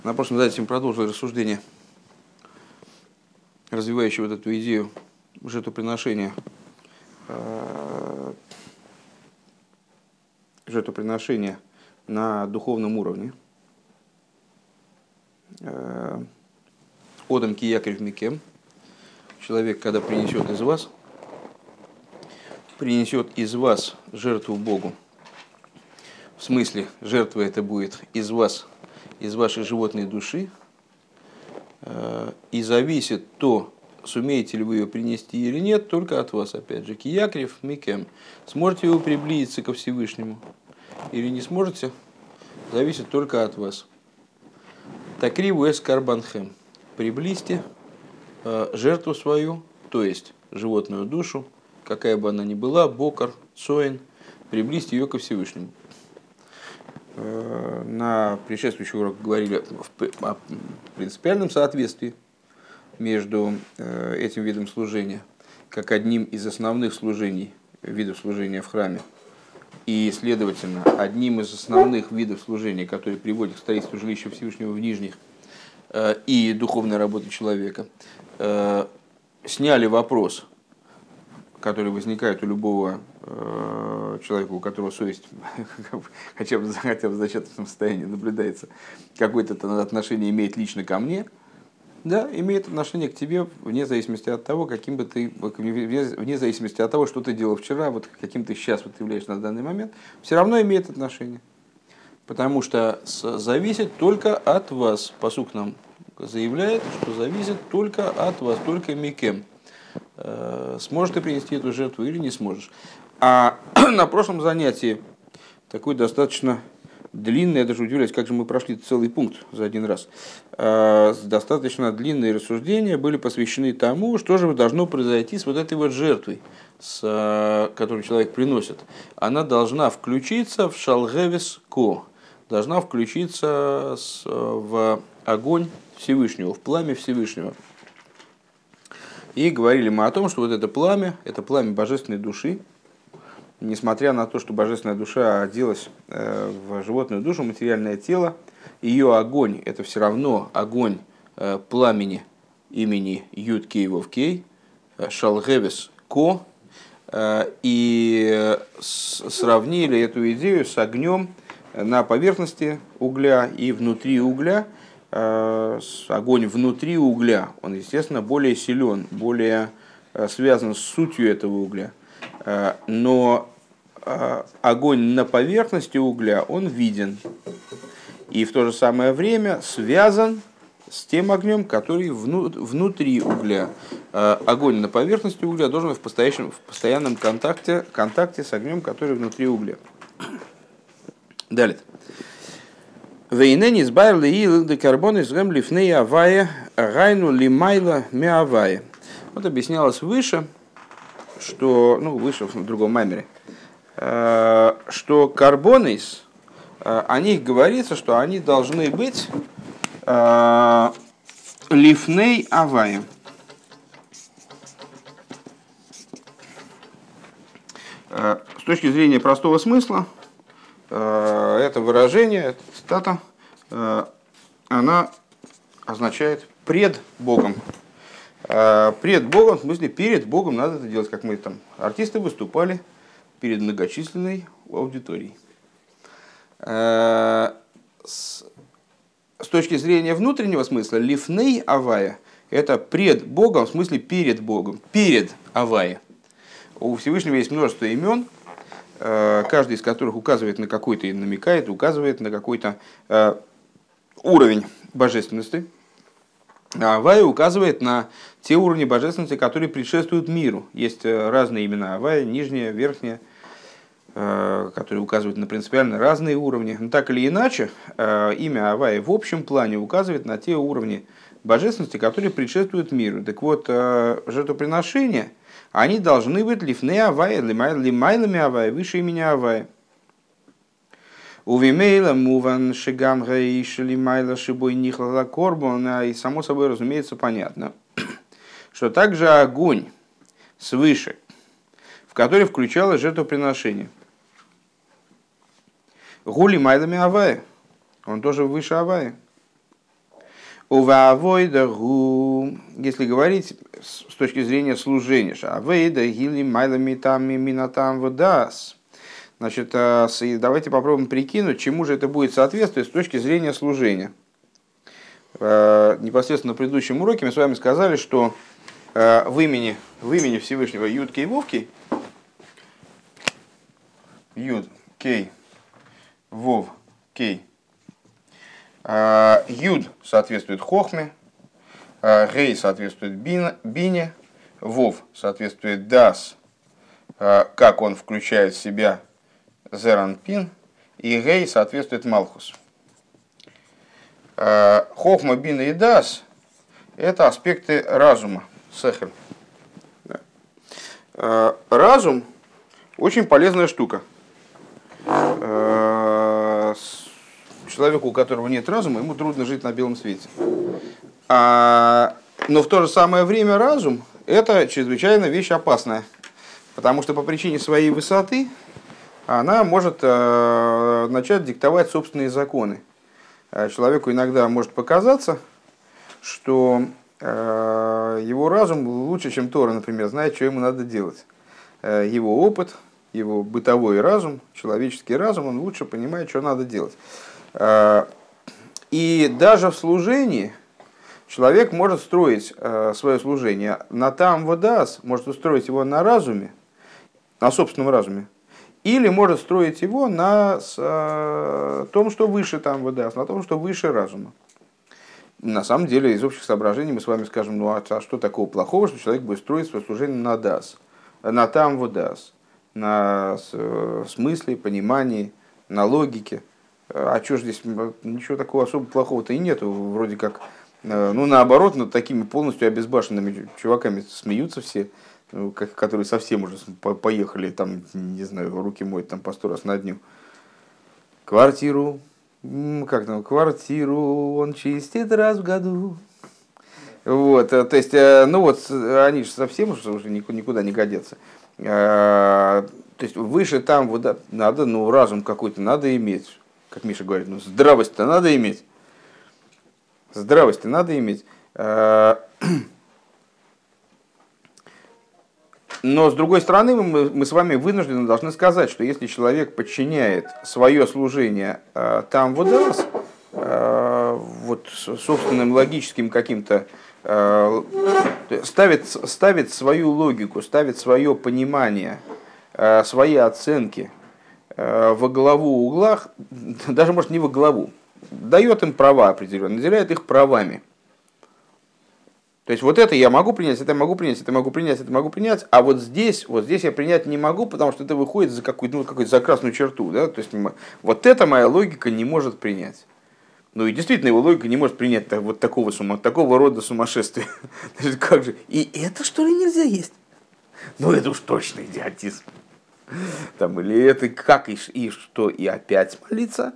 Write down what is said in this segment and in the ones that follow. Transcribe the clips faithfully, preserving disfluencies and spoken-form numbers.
На прошлом занятии мы продолжили рассуждение, развивающее вот эту идею жертвоприношения, жертвоприношения на духовном уровне. Одам ки якрив микем. Человек, когда принесет из вас, принесет из вас жертву Богу. В смысле, жертва это будет из вас, из вашей животной души, и зависит то, сумеете ли вы ее принести или нет, только от вас, опять же. Киякрив микем. Сможете вы приблизиться ко Всевышнему или не сможете, зависит только от вас. Такриву эс карбанхем. Приблизьте э, жертву свою, то есть животную душу, какая бы она ни была, бокар, цоин, приблизьте ее ко Всевышнему. Э, на предшествующий урок говорили о принципиальном соответствии между э, этим видом служения, как одним из основных служений, видов служения в храме, и, следовательно, одним из основных видов служения, который приводит к строительству жилища Всевышнего в нижних, э, и духовной работы человека, э, сняли вопрос, который возникает у любого э, человека, у которого совесть хотя бы, хотя бы в зачаточном состоянии наблюдается, какое-то отношение имеет лично ко мне, да, имеет отношение к тебе вне зависимости от того, каким бы ты, вне зависимости от того, что ты делал вчера, вот каким ты сейчас вот являешься на данный момент, все равно имеет отношение. Потому что зависит только от вас. Пасук нам заявляет, что зависит только от вас, только микем. Сможешь ты принести эту жертву или не сможешь. А на прошлом занятии такой достаточно длинный, я даже удивляюсь, как же мы прошли целый пункт за один раз. Достаточно длинные рассуждения были посвящены тому, что же должно произойти с вот этой вот жертвой, с, которую человек приносит. Она должна включиться в шалгевис ко, должна включиться в огонь Всевышнего, в пламя Всевышнего. И говорили мы о том, что вот это пламя, это пламя божественной души, несмотря на то, что божественная душа оделась в животную душу, материальное тело, ее огонь – это все равно огонь пламени имени Юд Кей Вов Кей, Шалгевис Ко, и сравнили эту идею с огнем на поверхности угля и внутри угля. Огонь внутри угля, он, естественно, более силен, более связан с сутью этого угля. Но огонь на поверхности угля, он виден. И в то же самое время связан с тем огнем, который внутри угля. Огонь на поверхности угля должен быть в постоянном, в постоянном контакте, контакте с огнем, который внутри угля. Далее. Вейнени сбайрли и декарбоны с гемлифней авая гайну лимайла миавая. Вот объяснялось выше, что, ну, выше в другом маймере, что карбонис, о них говорится, что они должны быть лифней авая. С точки зрения простого смысла, это выражение, эта цитата, она означает пред Богом. Пред Богом, в смысле перед Богом надо это делать, как мы там, артисты выступали перед многочисленной аудиторией. С точки зрения внутреннего смысла, лифней авая – это пред Богом, в смысле перед Богом, перед авая. У Всевышнего есть множество имен, каждый из которых указывает на какой-то, намекает, указывает на какой-то уровень божественности. А Авая указывает на те уровни божественности, которые предшествуют миру. Есть разные имена Авая, нижние, верхние, которые указывают на принципиально разные уровни. Но так или иначе, имя Авая в общем плане указывает на те уровни божественности, которые предшествуют миру. Так вот, жертвоприношения, они должны быть лифней Авая, лимайлами Авая, выше имени Авая. Увимейла муван шигам гаиш лимайла шибой нихлала корбон. И само собой разумеется понятно, что также огонь свыше, в который включалось жертвоприношение, гули майлами Авая, он тоже выше Авая. Увавойдагу, если говорить с с точки зрения служения, авейда гили майлами там минатам водас. Значит, а, с- и давайте попробуем прикинуть, чему же это будет соответствовать с точки зрения служения. Э, Непосредственно на предыдущем уроке мы с вами сказали, что э, в имени, в имени Всевышнего Юд Кей Вов Кей, Юд Кей Вов Кей, э, Юд соответствует Хохме, э, Гей соответствует бин- Бине, Вов соответствует Дас, э, как он включает в себя Зеранпин, и Гей соответствует Малхус. Э, Хохма, Бина и Дас – это аспекты разума, сехер. Э, Разум – очень полезная штука. Э, с- Человеку, у которого нет разума, ему трудно жить на белом свете. А, но в то же самое время разум – это чрезвычайно вещь опасная, потому что по причине своей высоты она может э, начать диктовать собственные законы. Э, Человеку иногда может показаться, что э, его разум лучше, чем Тора, например, знает, что ему надо делать. Э, Его опыт, его бытовой разум, человеческий разум, он лучше понимает, что надо делать. Э, И даже в служении человек может строить э, свое служение на там водас, может устроить его на разуме, на собственном разуме, или может строить его на с, э, том, что выше там водас, на том, что выше разума. На самом деле, из общих соображений мы с вами скажем, ну а, а что такого плохого, что человек будет строить свое служение на дас, на там водас, на с, э, смысле, понимании, на логике. А что ж здесь, м, ничего такого особо плохого-то и нету, вроде как, э, ну наоборот, над такими полностью обезбашенными чуваками смеются все, ну, как- которые совсем уже по- поехали, там, не знаю, руки моют там по сто раз на дню. Квартиру, м, как там, квартиру он чистит раз в году. Вот, э, то есть, э, ну вот, с- они же совсем уже уже нику- никуда не годятся. Э, То есть, выше там вот да, надо, ну, разум какой-то надо иметь. Как Миша говорит, ну, здравость-то надо иметь. Здравость-то надо иметь. Э, Но, с другой стороны, мы, мы с вами вынуждены должны сказать, что если человек подчиняет свое служение э, там вот раз, э, вот с- собственным логическим каким-то, э, ставит, ставит свою логику, ставит свое понимание, э, свои оценки э, во главу углах, даже, может, не во главу, дает им права определенно, наделяет их правами. То есть вот это я могу принять, это я могу принять, это я могу принять, это я могу принять, а вот здесь, вот здесь я принять не могу, потому что это выходит за какую-то, ну, какую-то за красную черту. Да? То есть вот это моя логика не может принять. Ну и действительно его логика не может принять так, вот такого, сума, такого рода сумасшествия. Значит, как же? И это что ли нельзя есть? Ну это уж точно идиотизм. Там, или это как и, и что, и опять молиться?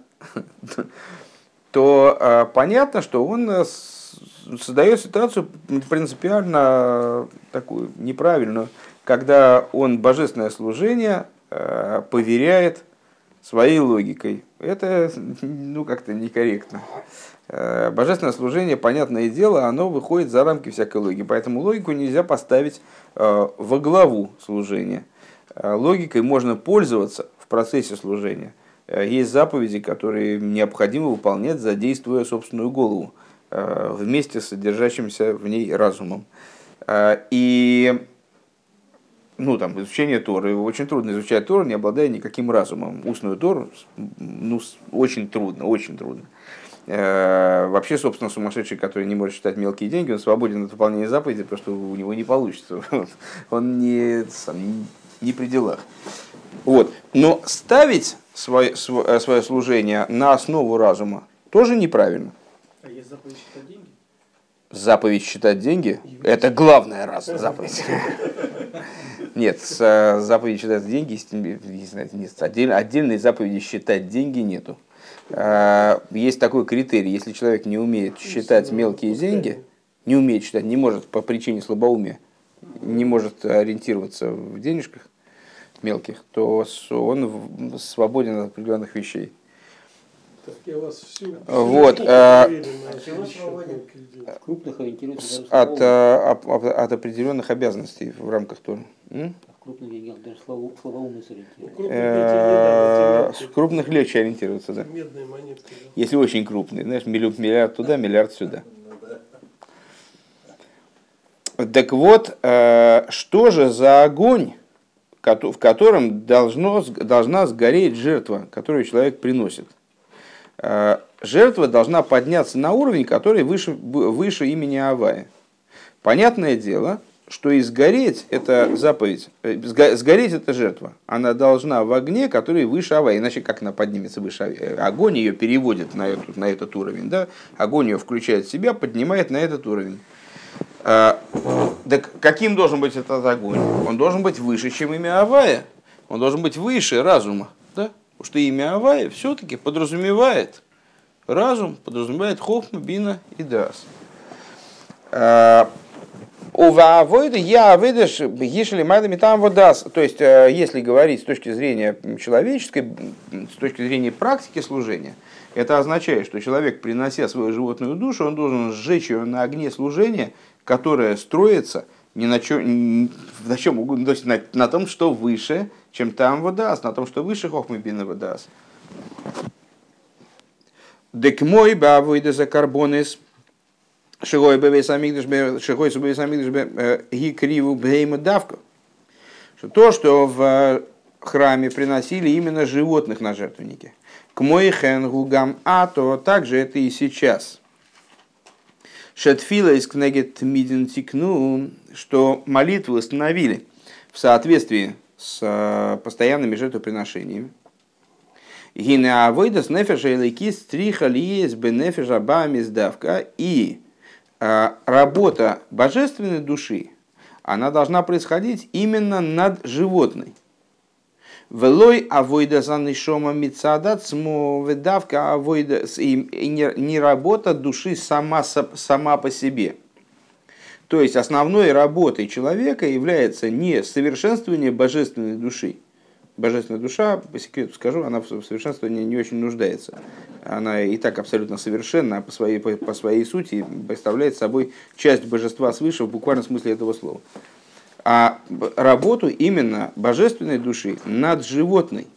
То э, понятно, что он э, с- создает ситуацию принципиально такую неправильную, когда он божественное служение э, поверяет своей логикой. Это ну, как-то некорректно. Э, Божественное служение, понятное дело, оно выходит за рамки всякой логики. Поэтому логику нельзя поставить э, во главу служения. Э, Логикой можно пользоваться в процессе служения. Э, Есть заповеди, которые необходимо выполнять, задействуя собственную голову, э, вместе с содержащимся в ней разумом. Э, И ну, там, изучение Торы. Очень трудно изучать Тору, не обладая никаким разумом. Устную Тору ну, очень трудно, очень трудно. Э, Вообще, собственно, сумасшедший, который не может считать мелкие деньги, он свободен от выполнения заповедей, потому что у него не получится. Он не, сам, не при делах. Вот. Но ставить свое, свое служение на основу разума тоже неправильно. А есть заповедь считать деньги? Заповедь считать деньги – это главная раз заповедь. Нет, с- заповеди считать деньги, есть, не знаю, нет, отдельно- отдельной заповеди считать деньги нету. А, Есть такой критерий, если человек не умеет считать мелкие деньги, не умеет считать, не может по причине слабоумия, не может ориентироваться в денежках мелких, то с- он в- свободен от определенных вещей. Так, я вас всю... Вот. Крупных ориентируется От, от, от определенных обязанностей в рамках Торы. В крупных деньгах даже слабоумный сориентируется. В крупных легче ориентироваться, да. Медные монетки. Да. Если очень крупные, знаешь, миллиард туда, миллиард сюда. Так вот, что же за огонь, в котором должно, должна сгореть жертва, которую человек приносит? Жертва должна подняться на уровень, который выше, выше имени Авая. Понятное дело, что и сгореть это заповедь, сгореть это жертва. Она должна в огне, который выше Авая. Иначе как она поднимется выше Авая? Огонь ее переводит на этот, на этот уровень. Да? Огонь ее включает в себя, поднимает на этот уровень. Так каким должен быть этот огонь? Он должен быть выше, чем имя Авая. Он должен быть выше разума. Да? Потому что имя Авая все-таки подразумевает разум, подразумевает хохма, бина и дас. Уваавойда я выдашь гишели майдами там водас. То есть, если говорить с точки зрения человеческой, с точки зрения практики служения, это означает, что человек, принося свою животную душу, он должен сжечь ее на огне служения, которое строится ни на чем, на, чем угодно, то есть на, на том, что выше, чем там водас, на том, что выше хохма, бина, водас. Дек мой бавойда за карбонис. Шигой бевес амигдаш, шигой бевес амигдаш гикриву бейма давка. То, что в храме приносили именно животных на жертвенники. К мой хенгу гам ато, также это и сейчас. Шетфила из кнегет мидин тикну, что молитву установили в соответствии с постоянными жертвоприношениями. Гине авойдас нефеша элейкис трихалиес бенефеша бамис давка, и работа божественной души, она должна происходить именно над животной. Велой авойда занышома мицадат смоведавка авойда, и не работа души сама, сама по себе. То есть основной работой человека является не совершенствование божественной души. Божественная душа, по секрету скажу, она в совершенствовании не очень нуждается. Она и так абсолютно совершенна, по своей, по, по своей сути представляет собой часть божества свыше в буквальном смысле этого слова. А работу именно божественной души над животной.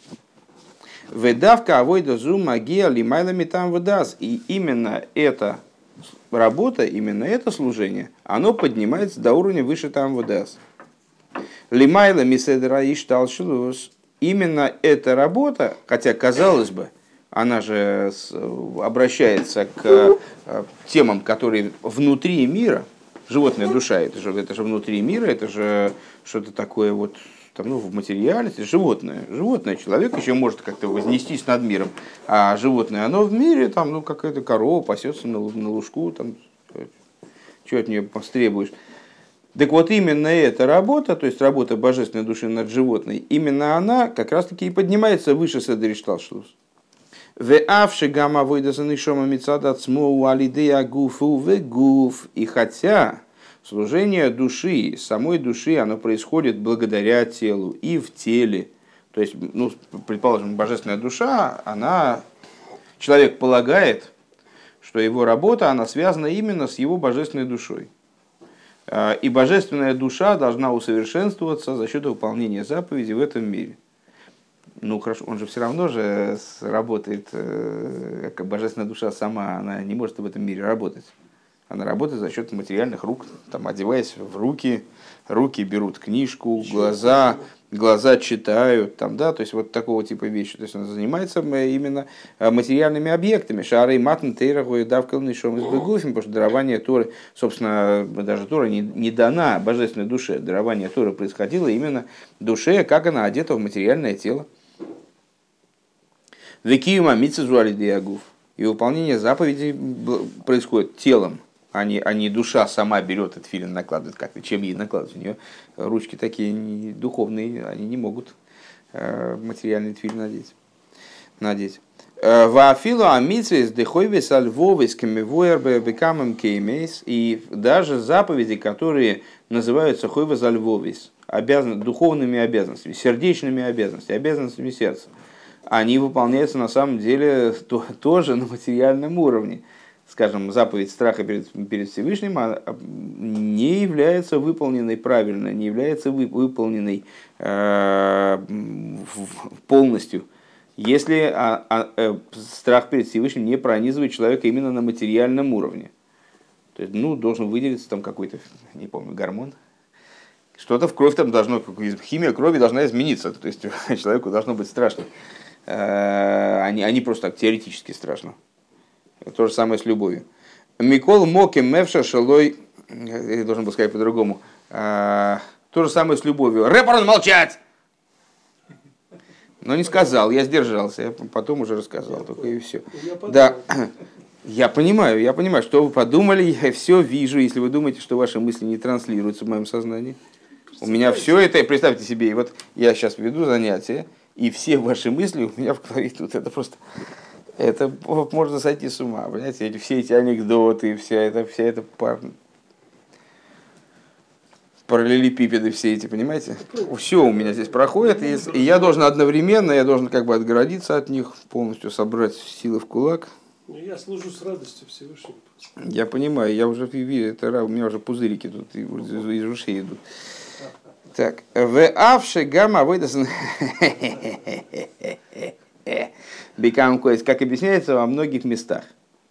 Ведавка авойда зу магия лимайлами там выдаст. И именно эта работа, именно это служение, оно поднимается до уровня выше там выдаст. Лимайла миседра ишталшилус. Именно эта работа, хотя казалось бы, она же обращается к темам, которые внутри мира, животная душа, это же, это же внутри мира, это же что-то такое вот, там, ну, в материале, это животное. Животное, человек еще может как-то вознестись над миром, а животное, оно в мире, там, ну, какая-то корова пасется на, на лужку, там, что от нее потребуешь. Так вот, именно эта работа, то есть работа божественной души над животной, именно она как раз-таки и поднимается выше седришталшлус. И хотя служение души, самой души, оно происходит благодаря телу и в теле. То есть, ну, предположим, божественная душа, она, человек полагает, что его работа, она связана именно с его божественной душой. И божественная душа должна усовершенствоваться за счет выполнения заповедей в этом мире. Ну хорошо, он же все равно же работает, как божественная душа сама, она не может в этом мире работать. Она работает за счет материальных рук, там, одеваясь в руки, руки берут книжку, глаза, глаза читают, там, да, то есть вот такого типа вещи. То есть она занимается именно материальными объектами. Шары и матн тейраху и давкалный шом из бегуфим, потому что дарование Торы, собственно, даже Тора не, не дана божественной душе. Дарование Торы происходило именно душе, как она одета в материальное тело. Векиюма митцезуали диагуф. И выполнение заповедей происходит телом. А не, а не душа сама берет этот филин, накладывает как-то, чем ей накладывать. У нее ручки такие не, духовные, они не могут э, материальный тфилин надеть. надеть. Вафилу амитсвес дехойвес альвовес кемевуэр бекамем кеймейс. И даже заповеди, которые называются хойвес альвовес, обязан, духовными обязанностями, сердечными обязанностями, обязанностями сердца. они выполняются на самом деле то, тоже на материальном уровне. Скажем, заповедь страха перед, перед Всевышним не является выполненной правильно, не является вы, выполненной э, полностью, если а, а, э, страх перед Всевышним не пронизывает человека именно на материальном уровне. То есть, ну, должен выделиться там какой-то, не помню, гормон. Что-то в кровь там должно, химия крови должна измениться. То есть человеку должно быть страшно. А не, а не просто так теоретически страшно. То же самое с любовью. Микол Моки Мевша Шалой, я должен был сказать по-другому. А, то же самое с любовью. Рэпорн молчать! Но не сказал, я сдержался, я потом уже рассказал, я только понял. И все. Да, я понимаю, я понимаю, что вы подумали, я все вижу, если вы думаете, что ваши мысли не транслируются в моем сознании. У меня все это, представьте себе, и вот я сейчас веду занятия, и все ваши мысли у меня в голове тут, это просто, это можно сойти с ума, понимаете, все эти анекдоты, вся эта, вся эта пар... параллелепипеды все эти, понимаете, все у меня здесь проходит, и, и я должен одновременно, я должен как бы отгородиться от них, полностью собрать силы в кулак. Я служу с радостью Всевышнему. Я понимаю, я уже вижу, это, у меня уже пузырики тут из, из ушей идут. Так, в авше гамма выдаст бикам коис, как объясняется во многих местах.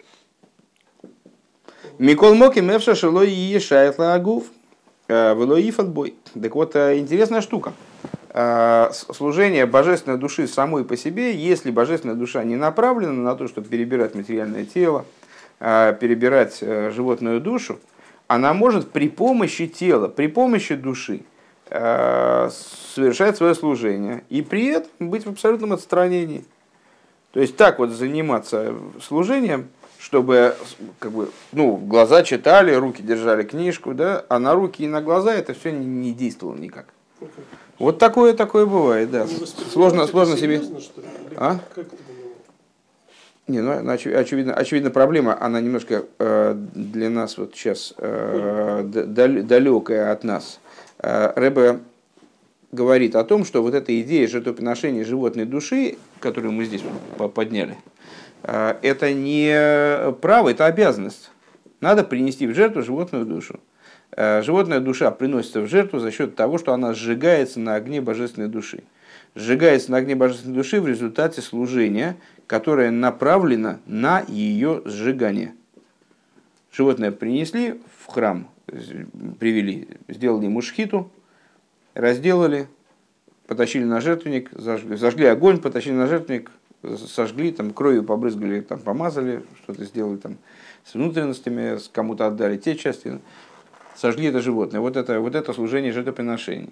Микол моки мевша шело и ешает лагув велоиф отбой. Так вот, интересная штука. Служение божественной души самой по себе, если божественная душа не направлена на то, чтобы перебирать материальное тело, перебирать животную душу, она может при помощи тела, при помощи души совершать свое служение и при этом быть в абсолютном отстранении. То есть так вот заниматься служением, чтобы как бы, ну, глаза читали, руки держали книжку, да, а на руки и на глаза это все не, не действовало никак. Вот такое такое бывает, да. Сложно, сложно себе. А? Не, ну, очевидно, очевидно, проблема, она немножко э, для нас вот сейчас э, далекая от нас. Э, Ребе говорит о том, что вот эта идея жертвоприношения животной души, которую мы здесь подняли, э, это не право, это обязанность. Надо принести в жертву животную душу. Э, животная душа приносится в жертву за счет того, что она сжигается на огне божественной души. Сжигается на огне божественной души в результате служения, которое направлено на ее сжигание. Животное принесли в храм, привели, сделали ему шхиту, разделали, потащили на жертвенник, зажгли, зажгли огонь, потащили на жертвенник, сожгли, там, кровью побрызгали, там, помазали, что-то сделали там, с внутренностями, кому-то отдали те части, сожгли это животное. Вот это, вот это служение жертвоприношений.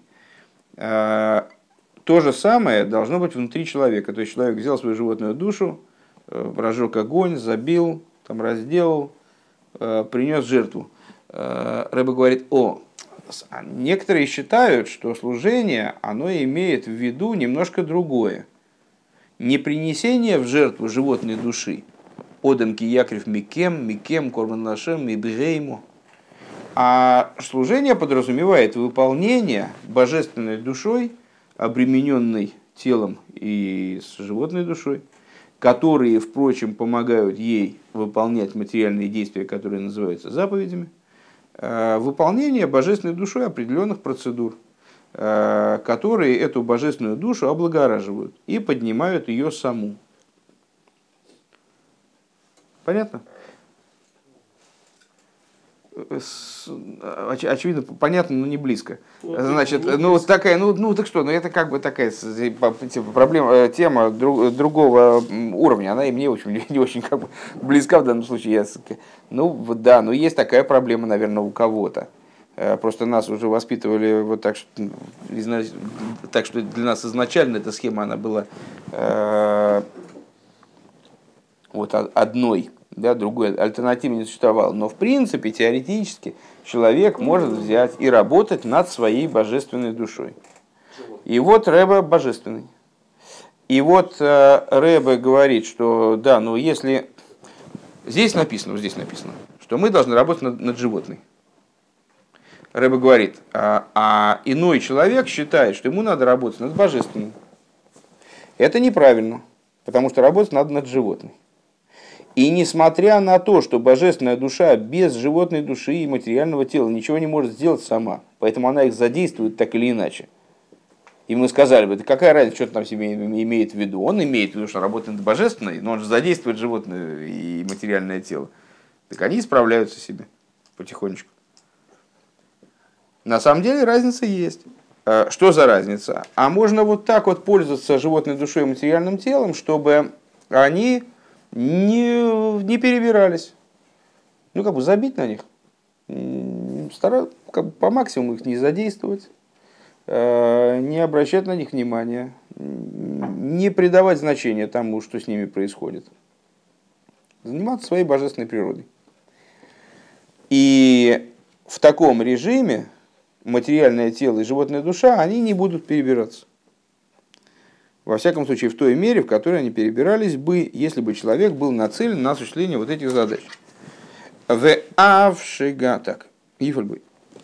То же самое должно быть внутри человека. То есть человек взял свою животную душу, разжег огонь, забил, там, разделал, принес жертву. Рэбе говорит, о, некоторые считают, что служение, оно имеет в виду немножко другое. Не принесение в жертву животной души, одем ки якрив микем, микем корбан лашем мибгейму, а служение подразумевает выполнение божественной душой, обремененной телом и с животной душой, которые, впрочем, помогают ей выполнять материальные действия, которые называются заповедями, выполнение божественной душой определенных процедур, которые эту божественную душу облагораживают и поднимают ее саму. Понятно? Очевидно, понятно, но не близко. Значит, ну такая, ну, ну так что, ну это как бы такая проблема, тема друг, другого уровня, она и мне, в общем, не очень как бы близка в данном случае. Я, ну да, но есть такая проблема, наверное, у кого-то. Просто нас уже воспитывали вот так, что, так что для нас изначально эта схема, она была э, вот одной. Да, другой альтернативы не существовало. Но в принципе, теоретически, человек может взять и работать над своей божественной душой. И вот Ребе божественный. И вот э, Ребе говорит, что да, ну если... Здесь написано, здесь написано, что мы должны работать над, над животной. Ребе говорит, а, а иной человек считает, что ему надо работать над божественным. Это неправильно. потому что работать надо над животной. И несмотря на то, что божественная душа без животной души и материального тела ничего не может сделать сама, поэтому она их задействует так или иначе. И мы сказали бы, да какая разница, что там себе имеет в виду? Он имеет в виду, что работает над божественной, но он же задействует животное и материальное тело. Так они справляются себе потихонечку. На самом деле разница есть. Что за разница? А можно вот так вот пользоваться животной душой и материальным телом, чтобы они не, не перебирались. Ну, как бы забить на них. Стараться как бы, по максимуму их не задействовать, не обращать на них внимания, не придавать значения тому, что с ними происходит. Заниматься своей божественной природой. И в таком режиме материальное тело и животная душа, они не будут перебираться. Во всяком случае, в той мере, в которой они перебирались бы, если бы человек был нацелен на осуществление вот этих задач. В авшига, так, Ифальбой.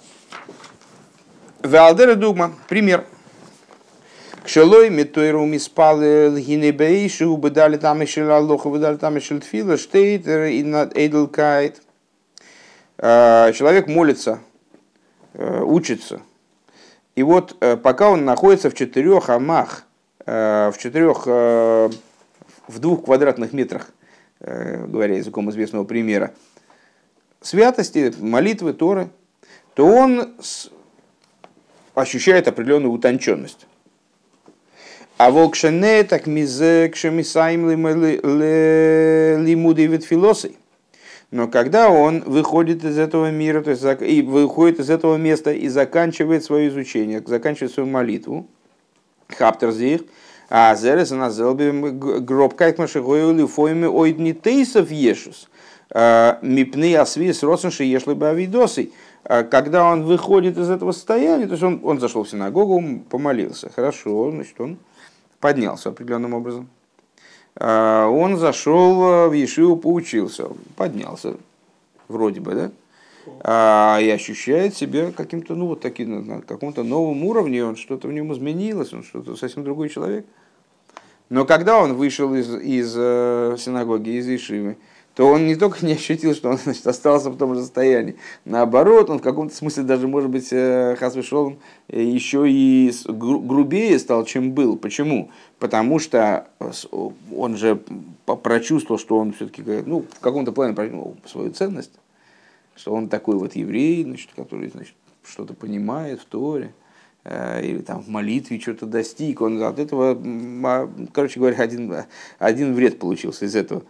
В алдера дугма, пример. Кшелой метойру миспал гинебейшу, бедали там еще лалоха, бедали там еще лтфила, штейтер и над эйдлкайт. Человек молится, учится. И вот пока он находится в четырех амах, в четырех, в двух квадратных метрах, говоря языком известного примера, святости, молитвы, Торы, то он ощущает определенную утонченность. А волкшене так мизе кшемисаим лимуды вид филосой. Но когда он выходит из этого мира, то есть и выходит из этого места и заканчивает свое изучение, заканчивает свою молитву, хаптерзих, а зерес она зелби гробкайт машигоюли фойми ойдни тейсов ешус, мипны асвис росенши ешлы бы авидосой. Когда он выходит из этого состояния, то есть он, он зашел в синагогу, помолился, хорошо, значит, он поднялся определенным образом. Он зашел в Ешиву, поучился, поднялся, вроде бы, да, и ощущает себя каким-то, ну, вот таким, на каком-то новом уровне, он что-то в нем изменилось, он что-то совсем другой человек. Но когда он вышел из, из синагоги, из Ешивы, то он не только не ощутил, что он, значит, остался в том же состоянии. Наоборот, он в каком-то смысле даже, может быть, хас вешолом, еще и грубее стал, чем был. Почему? Потому что он же прочувствовал, что он все-таки, ну, в каком-то плане прочувствовал свою ценность, что он такой вот еврей, значит, который, значит, что-то понимает в Торе, или там в молитве что-то достиг. Он от этого, короче говоря, один, один вред получился из этого.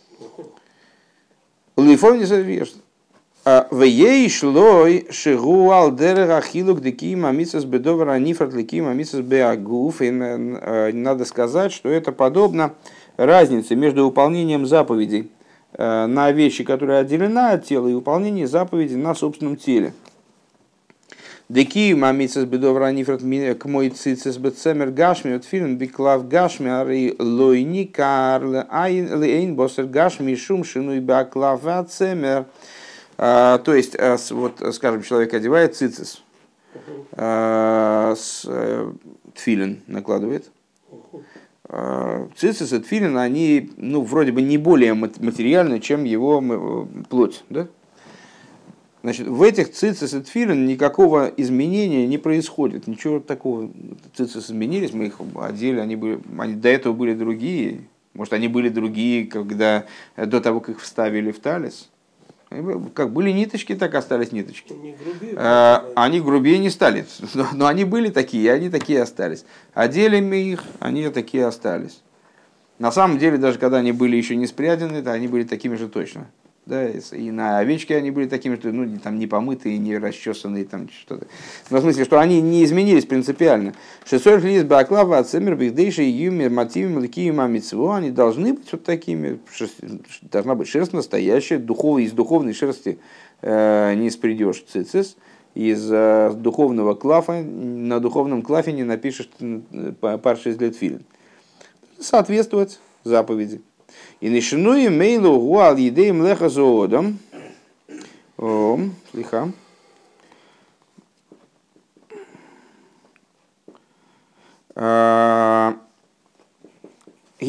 Лифовни завешт. В ей шлой шигуал дерега хилук декима мисас бедовара нифрат лекима мисас беагуф. И надо сказать, что это подобно разнице между выполнением заповедей на вещи, которые отделены от тела, и выполнением заповедей на собственном теле. Декима мисас бедовара нифрат к мой цицис бецемер гашми от фильм биклав гашми ари лойни карле айн лейн босер гашми шум шинуй баклав цемер. То есть, вот, скажем, человек одевает цицис, тфилин накладывает. Цицис и тфилин, они, ну, вроде бы не более материальны, чем его плоть, да? Значит, в этих цицис и тфилин никакого изменения не происходит. Ничего такого. Цицис изменились, мы их одели, они были, они до этого были другие. Может, они были другие, когда, до того, как их вставили в талис. Как были ниточки, так остались ниточки. Они грубее, а, они грубее не стали. Но, но они были такие, они такие остались. Одели мы их, они такие остались. На самом деле, даже когда они были еще не спрядены, то они были такими же точно. Да, и на овечке они были такими, что, ну, там, не помытые, не расчесанные, там, что-то. Но в смысле, что они не изменились принципиально. шестьсот лист баклава от семер бигдейши юмир мотивим ликием амитсво. Они должны быть вот такими. Должна быть шерсть настоящая, духовная, из духовной шерсти э, не спридешь цицис. Из э, духовного клафа, на духовном клафе не напишешь парши из летфилин. Соответствовать заповеди. И нишинуи мейлу гуал едеем леха зоодом. Ом, слиха.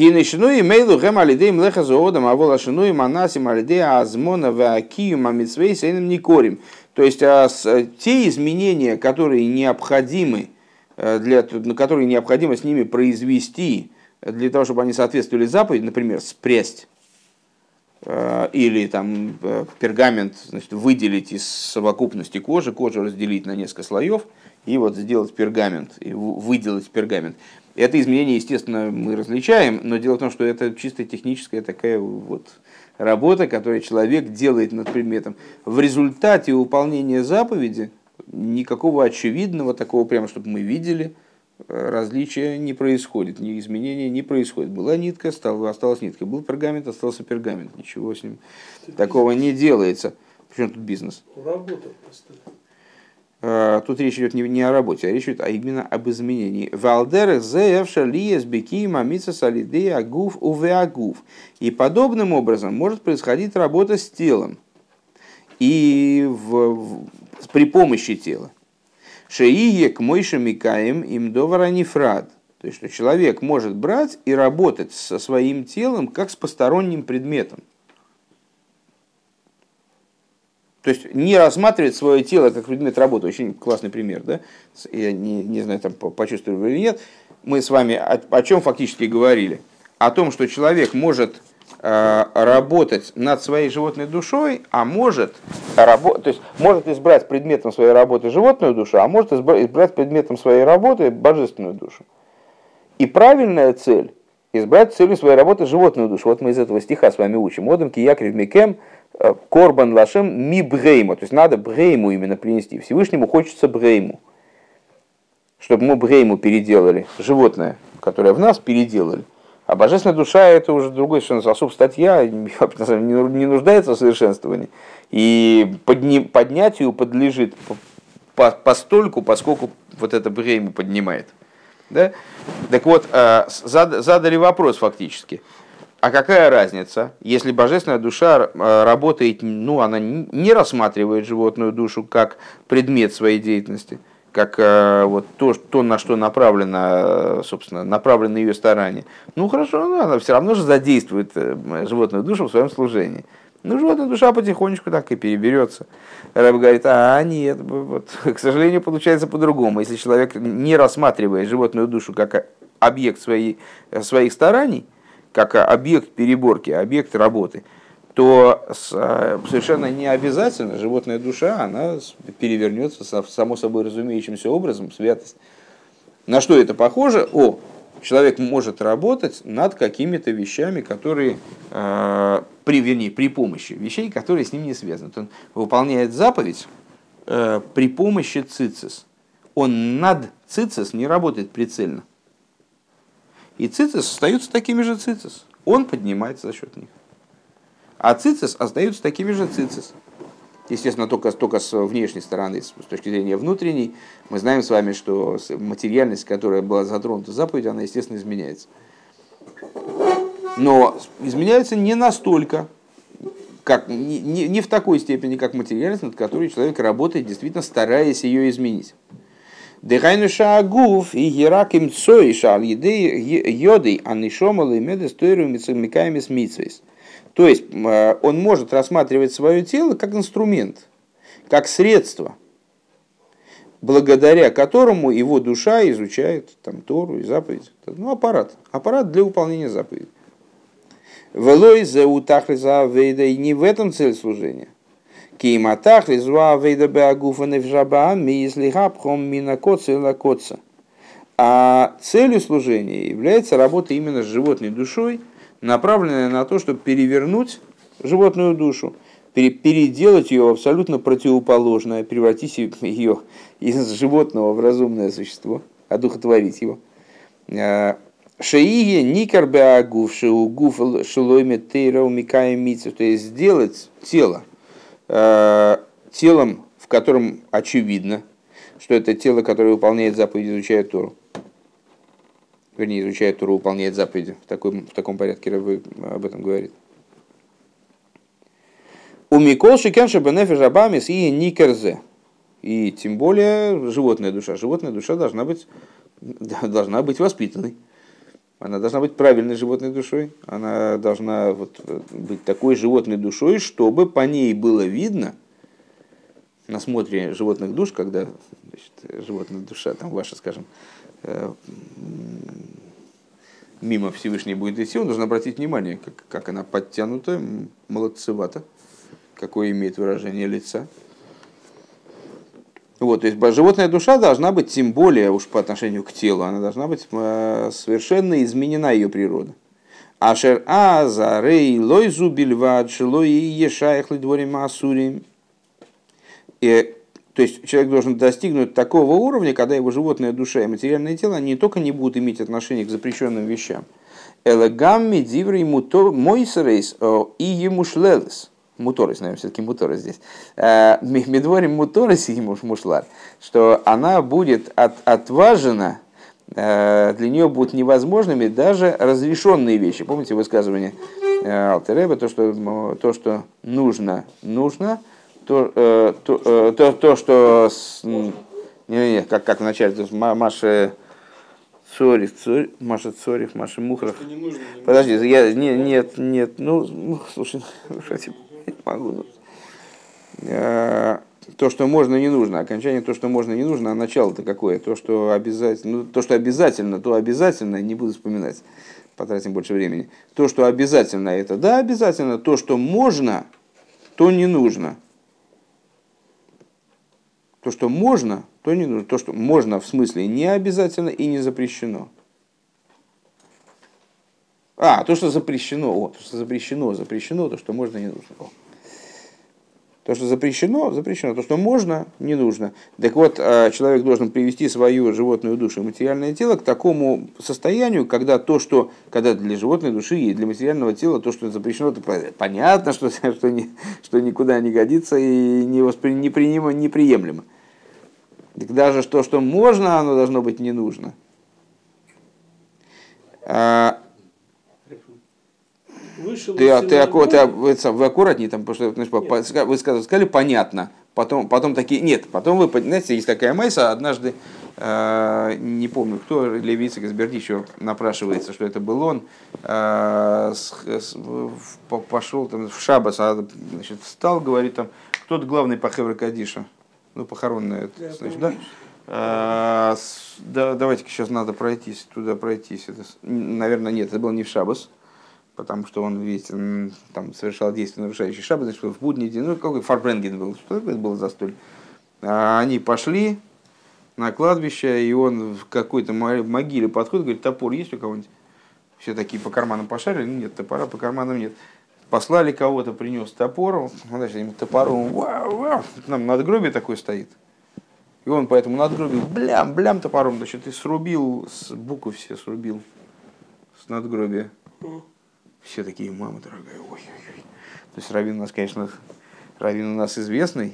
Гинешну имейлу гэм алидей млеха зоодам, а волашину и манасим алидей азмона ваакию мамицвей сейным никорим. То есть те изменения, которые необходимы, для, которые необходимо с ними произвести для того, чтобы они соответствовали заповеди, например, спрясть или там пергамент, значит, выделить из совокупности кожи, кожу разделить на несколько слоев и вот сделать пергамент, и выделать пергамент. Это изменение, естественно, мы различаем, но дело в том, что это чисто техническая такая вот работа, которую человек делает над предметом. В результате выполнения заповеди никакого очевидного такого, прямо чтобы мы видели, различия не происходит, ни изменения не происходит. Была нитка, стала, осталась нитка, был пергамент, остался пергамент. Ничего с ним это такого бизнес не делается. Причем тут бизнес? Работа просто. Тут речь идет не, не о работе, а речь идет а именно об изменении. Валдер зеевша лиес беки мамица салидей агуф уве агуф. И подобным образом может происходить работа с телом и в, в, при помощи тела. Шеие к мойше микаем им довара нефрад. То есть, что человек может брать и работать со своим телом как с посторонним предметом. То есть не рассматривать свое тело как предмет работы. Очень классный пример, да? Я не, не знаю, там почувствовали или нет. Мы с вами о, о чем фактически говорили? О том, что человек может э, работать над своей животной душой, а может, рабо- то есть может избрать предметом своей работы животную душу, а может избрать предметом своей работы божественную душу. И правильная цель – избрать целью своей работы животную душу. Вот мы из этого стиха с вами учим. «Одам ки якрив микем корбан лашем ми брейму». То есть надо брейму именно принести. Всевышнему хочется брейму. Чтобы мы брейму переделали. Животное, которое в нас, переделали. А божественная душа – это уже другой совершенно особая статья. Не нуждается в совершенствовании. И подни, поднятию подлежит постольку, поскольку вот это брейму поднимает. Да? Так вот, задали вопрос фактически. А какая разница, если божественная душа работает, ну, она не рассматривает животную душу как предмет своей деятельности, как вот то, то, на что направлено, собственно, направлены ее старания. Ну, хорошо, она все равно же задействует животную душу в своем служении. Ну, животная душа потихонечку так и переберется. Рэб говорит, а нет, вот, к сожалению, получается по-другому. Если человек не рассматривает животную душу как объект своей, своих стараний, как объект переборки, объект работы, то совершенно не обязательно животная душа, она перевернется само собой разумеющимся образом в святость. На что это похоже? О, человек может работать над какими-то вещами, которые, э, при, вернее, при помощи вещей, которые с ним не связаны. Он выполняет заповедь э, при помощи цицис. Он над цицис не работает прицельно. И цицис остаются такими же цицис. Он поднимается за счет них. А цицис остаются такими же цицис. Естественно, только, только с внешней стороны, с точки зрения внутренней, мы знаем с вами, что материальность, которая была затронута заповедью, она, естественно, изменяется. Но изменяется не настолько, как, не, не, не в такой степени, как материальность, над которой человек работает, действительно стараясь ее изменить. Дехайнуша агуф и гераким цоиша ал йодей анишомал и медестойру микаеми с митсвейс. То есть он может рассматривать свое тело как инструмент, как средство, благодаря которому его душа изучает там, Тору и заповедь. Ну, аппарат. Аппарат для выполнения заповедей. Велой зеутахлиза вейда, и не в этом цель служения. Кейматахлиза вейда беагуфа невжаба миислихапхом минакоца и лакоца. А целью служения является работа именно с животной душой, направленная на то, чтобы перевернуть животную душу, переделать ее в абсолютно противоположное, превратить ее из животного в разумное существо, одухотворить его. Шеие никар беагуф шеугуф шелойме тейра умикаем митцев, то есть сделать тело телом, в котором очевидно, что это тело, которое выполняет заповеди, изучает Тору. Вернее, изучает Тору, выполняет заповеди. В, такой, в таком порядке Рабbi об этом говорит. У Микол Шикенша Бенефи Жабамис и Никерзе. И тем более животная душа. Животная душа должна быть, должна быть воспитанной. Она должна быть правильной животной душой. Она должна вот быть такой животной душой, чтобы по ней было видно, на смотре животных душ, когда, значит, животная душа, там ваша, скажем, мимо Всевышней будет идти, он должен обратить внимание, как, как она подтянута, молодцевата, какое имеет выражение лица. Вот, то есть животная душа должна быть, тем более уж по отношению к телу, она должна быть совершенно изменена, ее природа. Ашер аза рей лойзу бильвад шилой ешаях лидворим асурим. То есть человек должен достигнуть такого уровня, когда его животная душа и материальное тело не только не будут иметь отношение к запрещенным вещам. Элагамми диврей мойсерейс и емушлелес. Муторис, наверное, все-таки муторис здесь. Медворим муторис и емушлар. Что она будет от, отважена, для нее будут невозможными даже разрешенные вещи. Помните высказывание Алтер Ребе, то, что, то, что нужно, нужно, то, то, то, то что... Не, не, как, как в начале, то есть Маша Цорев, Цорев, Маша Цорев, Маша Мухров. Подожди, я, не, нет, нет, ну, слушай, не могу. То, что можно, не нужно. Окончание то, что можно, не нужно, а начало-то какое? То, что обязательно, ну, то, что обязательно, то обязательно, не буду вспоминать, потратим больше времени. То, что обязательно, это да, обязательно. То, что можно, то не нужно. То, что можно, то не нужно. То, что можно, в смысле, не обязательно и не запрещено. А, то, что запрещено. О, то, что запрещено, запрещено, то, что можно, не нужно. О. То, что запрещено, запрещено. То, что можно, не нужно. Так вот, человек должен привести свою животную душу и материальное тело к такому состоянию, когда то, что когда для животной души и для материального тела то, что запрещено, это понятно, что, что, не, что никуда не годится и не воспри, неприемлемо, неприемлемо. Так даже то, что можно, оно должно быть не нужно. Вышел ты, ты, ты, ты, вы, вы аккуратнее, там, потому что значит, вы сказали, сказали понятно, потом, потом такие, нет, потом вы, знаете, есть такая майса, однажды, э, не помню, кто, Левицик из Бердичева напрашивается, что это был он, э, с, с, пошел там, в шаббас, а, значит, встал, говорит, там, кто-то главный по Хевре Кадиша, ну, похоронная, значит, да? А, с, да, давайте-ка сейчас надо пройтись, туда пройтись, это, наверное, нет, это было не в шаббас, потому что он, видите, там совершал действия, нарушающие шаббат, значит, в будний день, ну, какой Фарбренген был, что это было за столь. А они пошли на кладбище, и он в какой-то могиле подходит, говорит, топор есть у кого-нибудь? Все такие по карманам пошарили, нет, топора по карманам нет. Послали кого-то, принес топор, значит, им топором, вау, вау, там надгробие такое стоит. И он по этому надгробию, блям, блям топором, значит, и срубил, с буквы все срубил с надгробия. Все такие, мама дорогая, ой-ой-ой. То есть раввин у нас, конечно, раввин у нас известный,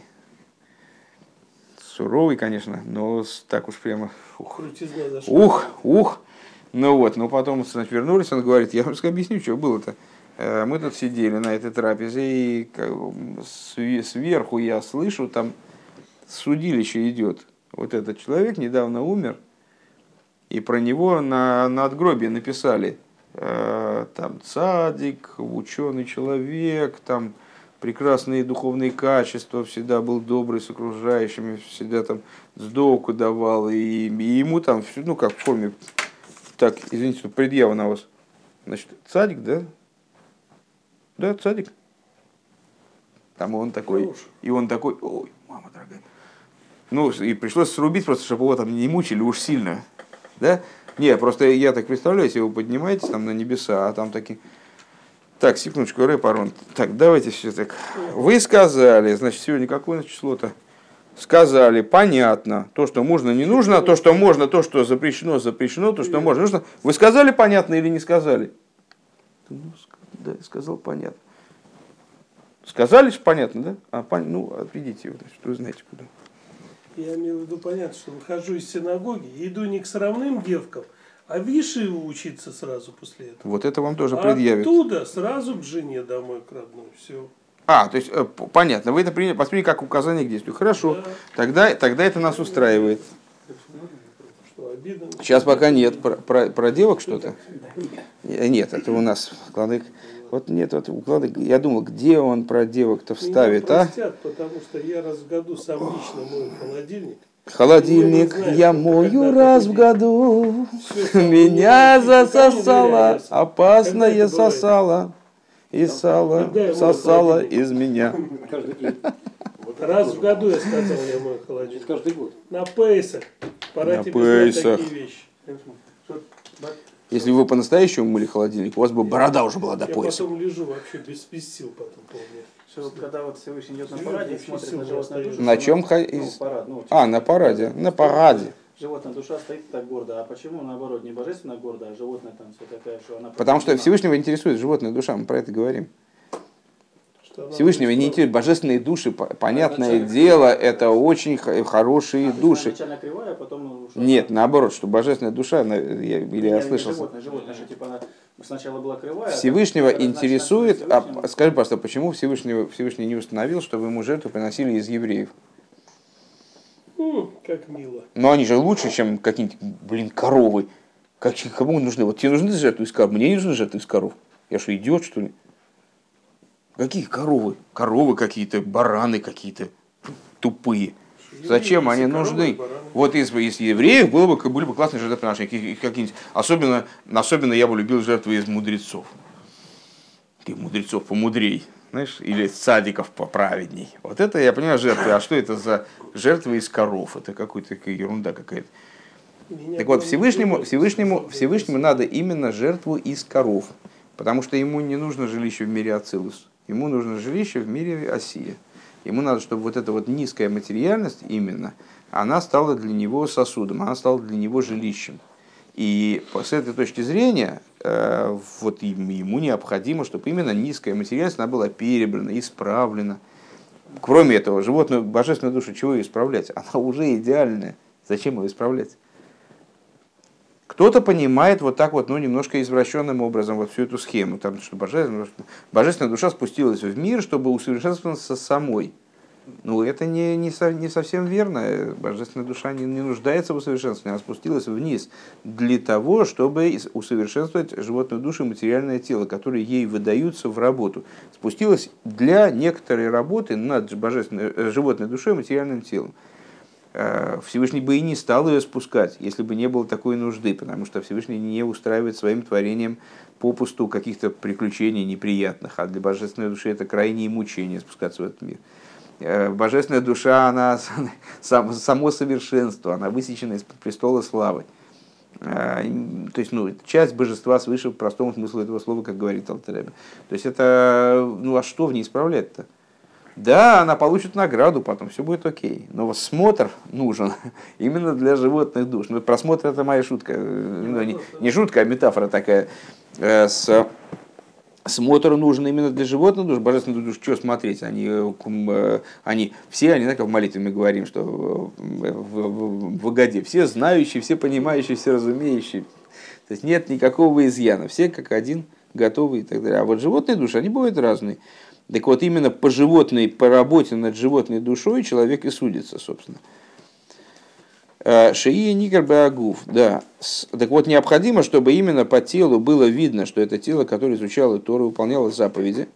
суровый, конечно, но так уж прямо, ух, ух, ух. Ну вот, но потом, значит, вернулись, он говорит, я вам объясню, что было-то. Мы тут сидели на этой трапезе, и сверху я слышу, там судилище идет. Вот этот человек недавно умер, и про него на надгробие написали, там цадик, ученый человек, там прекрасные духовные качества, всегда был добрый с окружающими, всегда там сдоку давал, и, и ему там, ну как в форме, так, извините, что предъява на вас, значит, цадик, да? Да, цадик. Там он такой, Хорош. И он такой, ой, мама дорогая. Ну, и пришлось срубить просто, чтобы его там не мучили уж сильно, да? Не, просто я так представляю, если вы поднимаетесь там на небеса, а там такие... Так, секундочку, рэп, Арон. Так, давайте все так. Вы сказали, значит, сегодня какое число-то? Сказали, понятно. То, что можно, не нужно. То, что можно, то, что запрещено, запрещено. То, что можно, нужно. Вы сказали понятно или не сказали? Да, сказал понятно. Сказали, что понятно, да? А, пон... Ну, отведите его, значит, вы знаете куда. Я имею в виду, понятно, что выхожу из синагоги, иду не к сравным девкам, а в Ешиву учиться сразу после этого. Вот это вам тоже а предъявят. Оттуда сразу к жене домой, к родной, все. А, то есть, понятно, вы это восприняли как указание к действию. Хорошо, да. тогда, тогда это нас устраивает. Что, обидно. Сейчас пока нет. Про, про, про девок что-то? Нет, это у нас вкладык. Вот нет, вот вкладык. Я думал, где он про девок-то вставит, Меня а? простят, потому что я раз в году сам лично мою холодильник. Холодильник знает, я что мою когда раз в такой году, Всё, меня никому не засосало, доверяю. Когда опасное это бывает? сосало, и сало Когда я мою сосало холодильник? из меня. Каждый день. Раз в году я сказал, я мою Значит, холодильник. каждый год. На Пейсах. Пора На тебе знать Пейсах. такие вещи. Если бы вы по-настоящему мыли холодильник, у вас бы борода уже была до Я пояса. потом лежу вообще без, без сил потом полдня. Что вот когда вот Всевышний идет на Живет параде и вообще смотрит сил на не животную душу. На чем она- ха- ну, из- парад, ну, А, типа, на параде, да, на стоит, параде. Животная душа стоит так гордо. А почему наоборот не божественно гордо, а животное там все такая, что она... Потому что просто- Всевышнего интересует животная душа, мы про это говорим. Что она Всевышнего не будет интересует божественные души, по- понятное изначально дело, кривая, это да. очень х- хорошие А, то есть души. она изначально кривая, а потом... ну, что Нет, она- наоборот, что божественная душа, она- я- или Не, я не ослышался. животное, животное, что типа она сначала была кривая. а Всевышнего когда, значит, интересует, начали а, Всевышним- скажи, пожалуйста, почему Всевышнего, Всевышний не установил, чтобы ему жертву приносили из евреев? М, как мило. Но они же лучше, чем какие-нибудь, блин, коровы. Как, кому нужны? Вот тебе нужны жертвы из коров, мне не нужны жертвы из коров. Я что, идиот, что ли? Какие коровы? Коровы какие-то, бараны какие-то тупые. Зачем они Если коровы, нужны? бараны. Вот из, из евреев было бы, были бы классные жертвоприношения. какие- какие-нибудь. Особенно, особенно я бы любил жертвы из мудрецов. Таких мудрецов помудрей. Знаешь, или садиков поправедней. Вот это, я понимаю, жертвы. А что это за жертвы из коров? Это какая-то такая ерунда какая-то. Меня Так вот, было Всевышнему, неприятно, Всевышнему, сказал, Всевышнему надо именно жертву из коров. Потому что ему не нужно жилище в мире Ацилус. Ему нужно жилище в мире Осия. Ему надо, чтобы вот эта вот низкая материальность именно, она стала для него сосудом, она стала для него жилищем. И с этой точки зрения э, вот им- ему необходимо, чтобы именно низкая материальность она была перебрана, исправлена. Кроме этого, животную, божественную душу, чего ее исправлять? Она уже идеальная. Зачем ее исправлять? Кто-то понимает вот так вот, ну, немножко извращенным образом вот всю эту схему, там, что божественная, божественная душа спустилась в мир, чтобы усовершенствоваться самой. Ну, это не, не, со- не совсем верно. Божественная душа не, не нуждается в усовершенствовании, она спустилась вниз для того, чтобы ис- усовершенствовать животную душу и материальное тело, которые ей выдаются в работу. Спустилась для некоторой работы над божественной, э, животной душой и материальным телом. Э, Всевышний бы и не стал ее спускать, если бы не было такой нужды, потому что Всевышний не устраивает своим творением попусту каких-то приключений неприятных, а для божественной души это крайние мучения спускаться в этот мир. Э, Божественная душа, она сам- само совершенство, она высечена из престола славы. Э, То есть, ну, часть божества свыше простому смыслу этого слова, как говорит Алтер-Ребе. То есть, это, ну, а что в ней исправлять-то? Да, она получит награду потом, все будет окей. Но смотр нужен именно для животных душ. Ну, просмотр это моя шутка. Ну, не, не шутка, а метафора такая. Э, С, смотр нужен именно для животных душ. Божественных душ, что смотреть? Они, э, кум, э, они все, они, знаете, как в молитве мы говорим, что в, в, в, в Агаде все знающие, все понимающие, все разумеющие. То есть нет никакого изъяна. Все как один готовы и так далее. А вот животные души, они бывают разные. Так вот, именно по животной, по работе над животной душой человек и судится, собственно. Шии Никер Беагуф, да. Так вот, необходимо, чтобы именно по телу было видно, что это тело, которое изучало Тору, выполняло заповеди.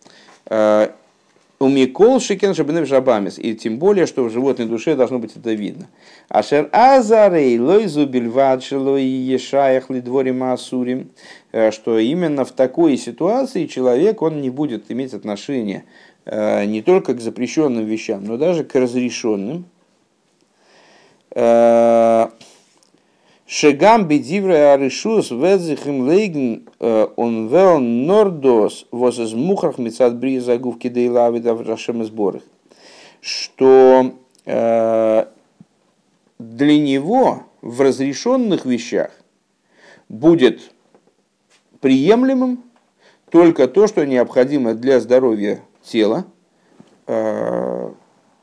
У Микол Шикен Шабенев Жабамис. И тем более, что в животной душе должно быть это видно. Ашер Азарей Лойзу Бельвадшило и Ешаях Лидвори Маасурим. Что именно в такой ситуации человек, он не будет иметь отношения не только к запрещенным вещам, но даже к разрешенным. Шегам бедивре аришус ведзихим лейген он вел нордос воз из мухрах мецад бризагувки дейлавида в рашем сборах. Что э, для него в разрешенных вещах будет приемлемым только то, что необходимо для здоровья тела, э,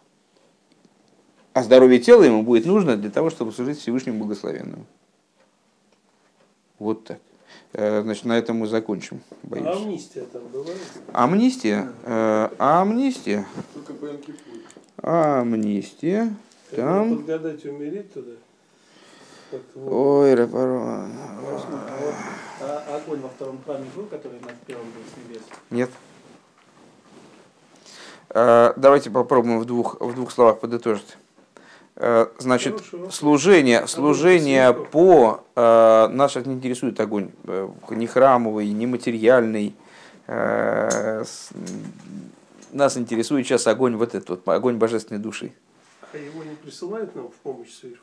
а здоровье тела ему будет нужно для того, чтобы служить Всевышнему Благословенному. Вот так. Значит, на этом мы закончим. Боюсь. А амнистия там бывает? Амнистия. Э, амнистия. Только по Йом-Кипуру. Амнистия. Когда Там. подгадать, умереть туда? как-то вот. Ой, Репарон. А вот а огонь во втором храме был, который над первым был с небес? Нет. А, давайте попробуем в двух, в двух словах подытожить. А, значит, Хороший служение, вопрос. служение Огонь по... А, нас не интересует огонь. а, Ни храмовый, ни материальный. А, с- нас интересует сейчас огонь вот этот, вот, огонь божественной души. А его не присылают нам в помощь сверху?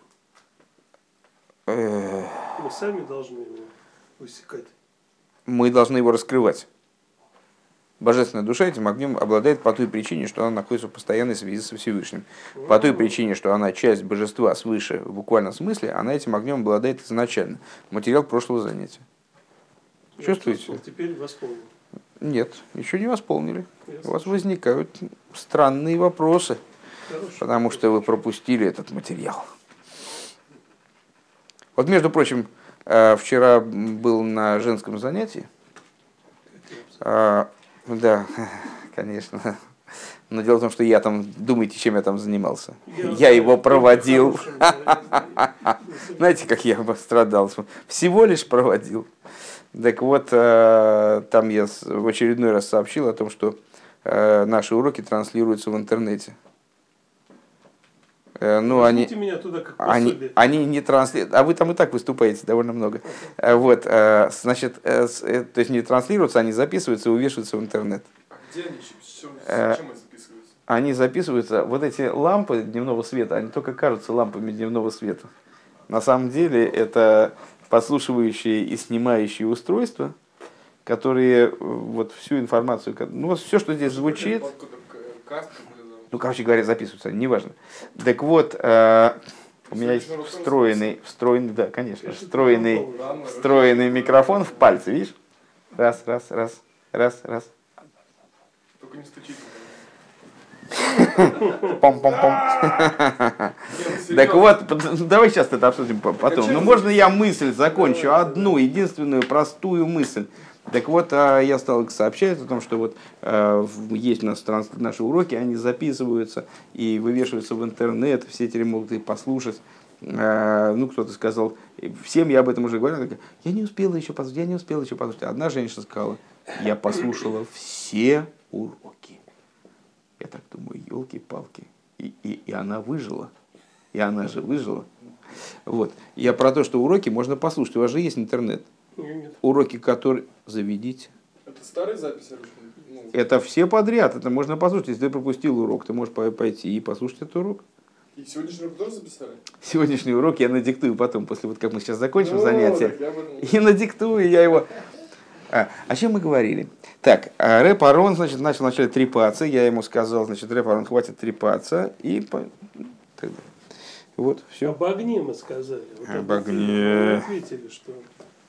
Э, Мы сами должны его высекать. Мы должны его раскрывать. Божественная душа этим огнем обладает по той причине, что она находится в постоянной связи со Всевышним. По той причине, что она часть божества свыше в буквальном смысле, она этим огнем обладает изначально. Материал прошлого занятия. Я Чувствуете? чувствовал, теперь восполнил. Нет, еще не восполнили. Я У вас слышу. возникают странные вопросы, Хороший потому вопрос. что вы пропустили этот материал. Вот, между прочим, э, вчера был на женском занятии. А, Да, конечно. Но дело в том, что я там, думаете, чем я там занимался? Я, я знаю, его проводил. хорошим, да, Знаете, как я пострадал? Всего лишь проводил. Так вот, там я в очередной раз сообщил о том, что наши уроки транслируются в интернете. Ну, они, меня туда как они, они не транслируют, а вы там и так выступаете довольно много. Вот, значит, то есть не транслируются, они записываются и увешиваются в интернет. А где они? Чем, чем они записываются? Они записываются, вот эти лампы дневного света, они только кажутся лампами дневного света. На самом деле это подслушивающие и снимающие устройства, которые вот всю информацию, ну вот все, что здесь звучит, ну, короче говоря, записываются, неважно. Так вот, э, у меня есть встроенный, встроенный, да, конечно, встроенный, встроенный микрофон в пальце, видишь? Раз, раз, раз, раз, раз. Только не стучите. Пом-пом-пом. Так вот, давай сейчас это обсудим потом. Ну, можно я мысль закончу, одну, единственную, простую мысль. Так вот, я стал сообщать о том, что вот есть у нас наши уроки, они записываются и вывешиваются в интернет, все теперь могут их послушать. Ну, кто-то сказал, всем я об этом уже говорил, я не успела еще послушать, я не успела еще послушать. Одна женщина сказала, я послушала все уроки. Я так думаю, елки-палки. И, и, и она выжила. И она же выжила. Вот. Я про то, что уроки можно послушать. У вас же есть интернет. Нет. Уроки, которые... Заведите. Это старые записи? Ну... Это все подряд. Это можно послушать. Если ты пропустил урок, ты можешь пойти и послушать этот урок. И сегодняшний урок тоже записали? Сегодняшний урок я надиктую потом, после вот как мы сейчас закончим ну, занятие. И надиктую я его... А, о чем мы говорили? Так, Реб Арон, значит, начал вначале трепаться, я ему сказал, значит, Реб Арон, хватит трепаться, и вот, все. Об огне мы сказали. Вот об огне. Мы ответили, что